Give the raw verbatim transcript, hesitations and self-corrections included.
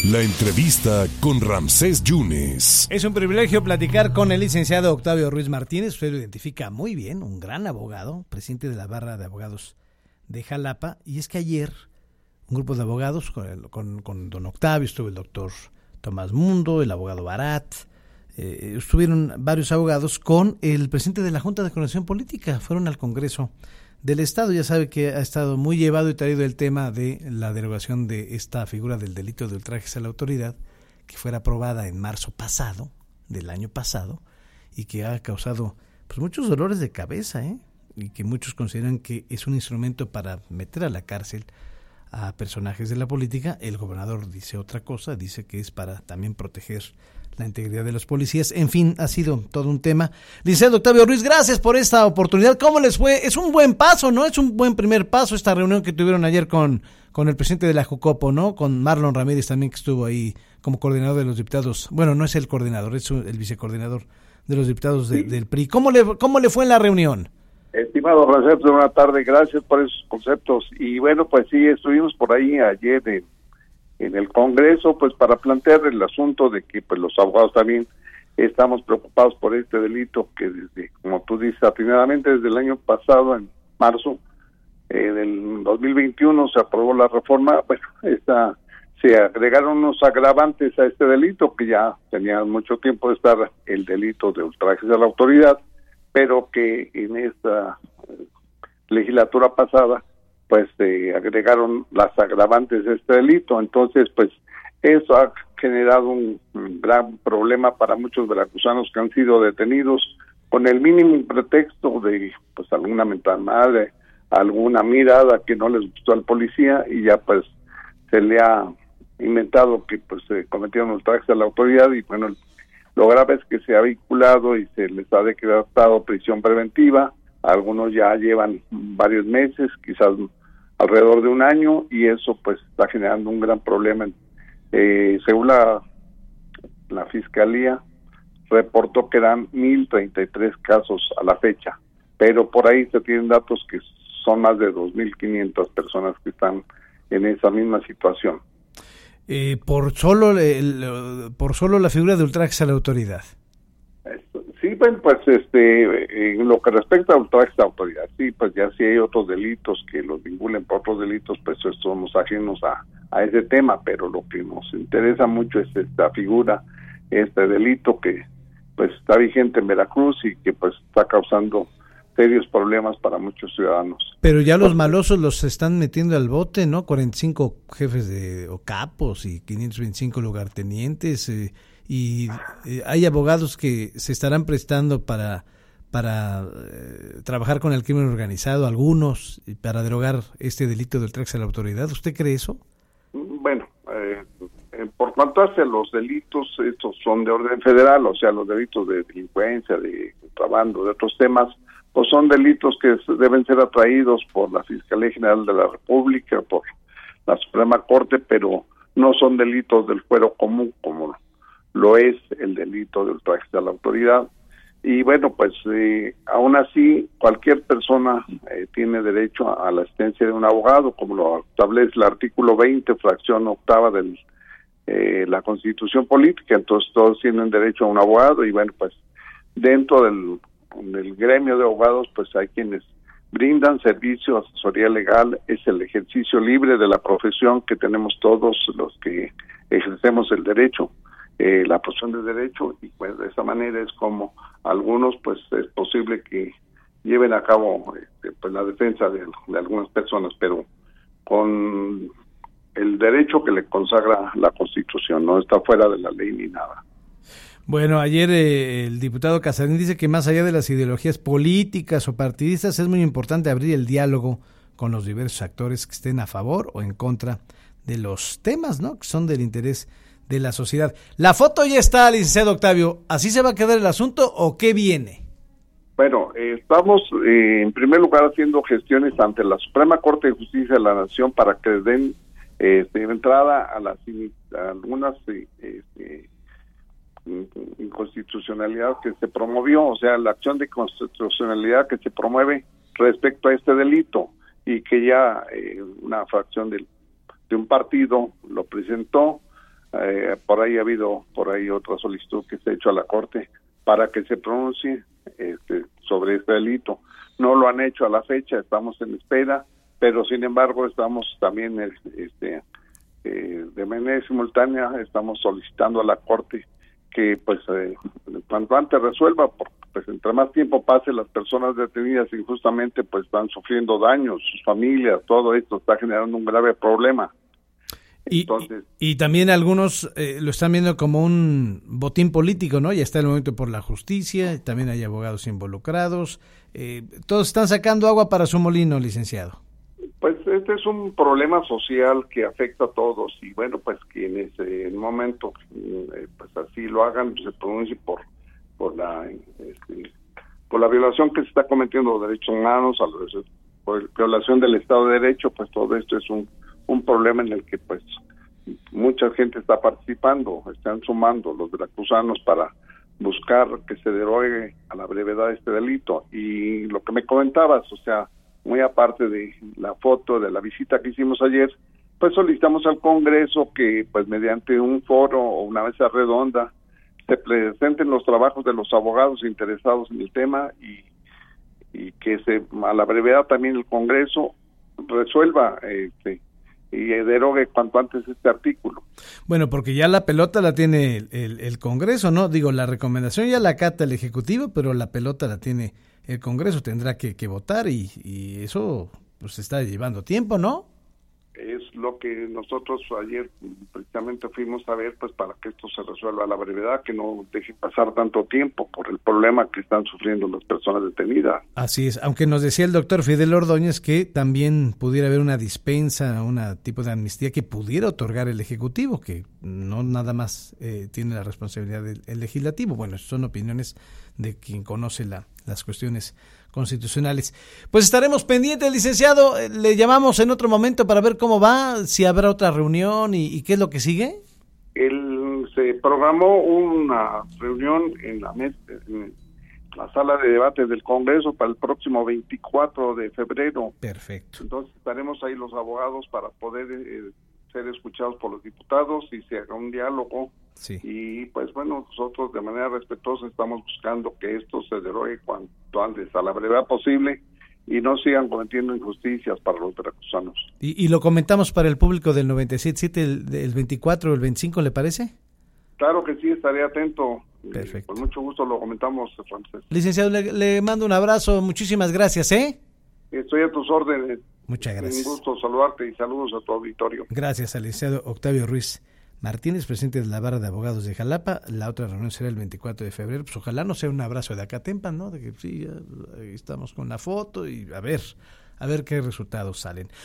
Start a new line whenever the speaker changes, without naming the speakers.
La entrevista con Ramsés Yunes.
Es un privilegio platicar con el licenciado Octavio Ruiz Martínez. Usted lo identifica muy bien, un gran abogado, presidente de la Barra de Abogados de Jalapa. Y es que ayer un grupo de abogados, con, el, con, con don Octavio, estuvo el doctor Tomás Mundo, el abogado Barat, eh, estuvieron varios abogados con el presidente de la Junta de Coordinación Política. Fueron al Congreso del Estado. Ya sabe que ha estado muy llevado y traído el tema de la derogación de esta figura del delito de ultrajes a la autoridad, que fuera aprobada en marzo pasado, del año pasado, y que ha causado pues muchos dolores de cabeza, ¿eh? Y que muchos consideran que es un instrumento para meter a la cárcel a personajes de la política. El gobernador dice otra cosa, dice que es para también proteger la integridad de los policías. En fin, ha sido todo un tema. Licenciado Octavio Ruiz, gracias por esta oportunidad. ¿Cómo les fue? Es un buen paso, ¿no? Es un buen primer paso esta reunión que tuvieron ayer con, con el presidente de la Jucopo, ¿no? Con Marlon Ramírez también, que estuvo ahí como coordinador de los diputados. Bueno, no es el coordinador, es el vicecoordinador de los diputados de, del P R I. ¿Cómo le, cómo le fue en la reunión?
Estimado Ramsés, buenas tardes, gracias por esos conceptos. Y bueno, pues sí, estuvimos por ahí ayer en, en el Congreso, pues para plantear el asunto de que pues los abogados también estamos preocupados por este delito que desde, como tú dices, atinadamente desde el año pasado, en marzo eh, del dos mil veintiuno, se aprobó la reforma. Bueno, esta, se agregaron unos agravantes a este delito, que ya tenía mucho tiempo de estar el delito de ultrajes a la autoridad, pero que en esta legislatura pasada pues eh, agregaron las agravantes de este delito. Entonces pues eso ha generado un, un gran problema para muchos veracruzanos que han sido detenidos con el mínimo pretexto de pues alguna mentada madre, alguna mirada que no les gustó al policía, y ya pues se le ha inventado que pues se cometieron ultrajes a la autoridad. Y bueno, el Lo grave es que se ha vinculado y se les ha decretado prisión preventiva. Algunos ya llevan varios meses, quizás alrededor de un año, y eso pues está generando un gran problema. Eh, según la, la Fiscalía, reportó que eran mil treinta y tres casos a la fecha, pero por ahí se tienen datos que son más de dos mil quinientas personas que están en esa misma situación.
Eh, por solo el, por solo la figura de ultrajes a la autoridad.
Sí, bueno, pues este, en lo que respecta a ultrajes a la autoridad, sí, pues ya si hay otros delitos que los vinculen por otros delitos, pues somos ajenos a, a ese tema, pero lo que nos interesa mucho es esta figura, este delito que pues está vigente en Veracruz y que pues está causando serios problemas para muchos ciudadanos.
Pero ya los malosos los están metiendo al bote, ¿no? cuarenta y cinco jefes de o capos y quinientos veinticinco lugartenientes, eh, y eh, hay abogados que se estarán prestando para para eh, trabajar con el crimen organizado, algunos, para derogar este delito del ultraje a la autoridad. ¿Usted cree eso?
Bueno, eh, eh, por cuanto hace los delitos, estos son de orden federal, o sea, los delitos de delincuencia, de contrabando, de otros temas, pues son delitos que deben ser atraídos por la Fiscalía General de la República, por la Suprema Corte, pero no son delitos del fuero común como lo es el delito de ultraje a la autoridad. Y bueno, pues eh, aún así cualquier persona eh, tiene derecho a, a la asistencia de un abogado, como lo establece el artículo veinte, fracción octava de eh, la Constitución Política. Entonces todos tienen derecho a un abogado, y bueno, pues dentro del del gremio de abogados pues hay quienes brindan servicio, asesoría legal. Es el ejercicio libre de la profesión que tenemos todos los que ejercemos el derecho, eh, la profesión de derecho, y pues de esa manera es como algunos pues es posible que lleven a cabo este, pues la defensa de, de algunas personas, pero con el derecho que le consagra la Constitución, no está fuera de la ley ni nada.
Bueno, ayer eh, el diputado Casarín dice que más allá de las ideologías políticas o partidistas es muy importante abrir el diálogo con los diversos actores que estén a favor o en contra de los temas, ¿no?, que son del interés de la sociedad. La foto ya está, licenciado Octavio. ¿Así se va a quedar el asunto o qué viene?
Bueno, eh, estamos eh, en primer lugar haciendo gestiones ante la Suprema Corte de Justicia de la Nación para que den eh, entrada a las a algunas eh, eh, inconstitucionalidad que se promovió, o sea, la acción de constitucionalidad que se promueve respecto a este delito, y que ya eh, una fracción del, de un partido lo presentó eh, por ahí ha habido por ahí otra solicitud que se ha hecho a la Corte para que se pronuncie este, sobre este delito. No lo han hecho a la fecha, estamos en espera, pero sin embargo estamos también este, eh, de manera simultánea estamos solicitando a la Corte que pues eh, cuanto antes resuelva, porque pues entre más tiempo pase las personas detenidas injustamente pues están sufriendo daños, sus familias, todo esto está generando un grave problema.
Y, Entonces, y, y también algunos eh, lo están viendo como un botín político, ¿no? Ya está el movimiento por la justicia, también hay abogados involucrados, eh, todos están sacando agua para su molino, licenciado.
Pues este es un problema social que afecta a todos y bueno, pues quienes en el momento eh, pues así lo hagan, pues, se pronuncien por por la este, por la violación que se está cometiendo de los derechos humanos, a los, por la violación del Estado de Derecho, pues todo esto es un un problema en el que pues mucha gente está participando, están sumando los veracruzanos para buscar que se derogue a la brevedad este delito. Y lo que me comentabas, o sea, muy aparte de la foto de la visita que hicimos ayer, pues solicitamos al Congreso que pues mediante un foro o una mesa redonda se presenten los trabajos de los abogados interesados en el tema y, y que se a la brevedad también el Congreso resuelva este y derogue cuanto antes este artículo.
Bueno, porque ya la pelota la tiene el, el, el Congreso, ¿no? Digo, la recomendación ya la acata el Ejecutivo, pero la pelota la tiene el Congreso, tendrá que, que votar y, y eso pues está llevando tiempo, ¿no?
Es lo que nosotros ayer precisamente fuimos a ver, pues para que esto se resuelva a la brevedad, que no deje pasar tanto tiempo por el problema que están sufriendo las personas detenidas.
Así es, aunque nos decía el doctor Fidel Ordóñez que también pudiera haber una dispensa, un tipo de amnistía que pudiera otorgar el Ejecutivo, que no nada más eh, tiene la responsabilidad del el Legislativo. Bueno, son opiniones de quien conoce la, las cuestiones constitucionales. Pues estaremos pendientes, licenciado, le llamamos en otro momento para ver cómo va, si habrá otra reunión y, y qué es lo que sigue.
El, se programó una reunión en la, mes, en la sala de debates del Congreso para el próximo veinticuatro de febrero.
Perfecto.
Entonces estaremos ahí los abogados para poder eh, ser escuchados por los diputados y se haga un diálogo.
Sí.
Y pues bueno, nosotros de manera respetuosa estamos buscando que esto se derogue cuanto antes, a la brevedad posible, y no sigan cometiendo injusticias para los veracruzanos.
Y, y lo comentamos para el público del noventa y siete punto siete, el, el veinticuatro o el veinticinco, ¿le parece?
Claro que sí, estaré atento.
Perfecto.
Con mucho gusto lo comentamos, Francés.
Licenciado, le, le mando un abrazo, muchísimas gracias, ¿eh?
Estoy a tus órdenes.
Muchas gracias.
Un gusto saludarte y saludos a tu auditorio.
Gracias al licenciado Octavio Ruiz Martínez, presidente de la Barra de Abogados de Jalapa. La otra reunión será el veinticuatro de febrero. Pues ojalá no sea un abrazo de Acatempan, ¿no? De que sí, ya, ahí estamos con la foto y a ver, a ver qué resultados salen.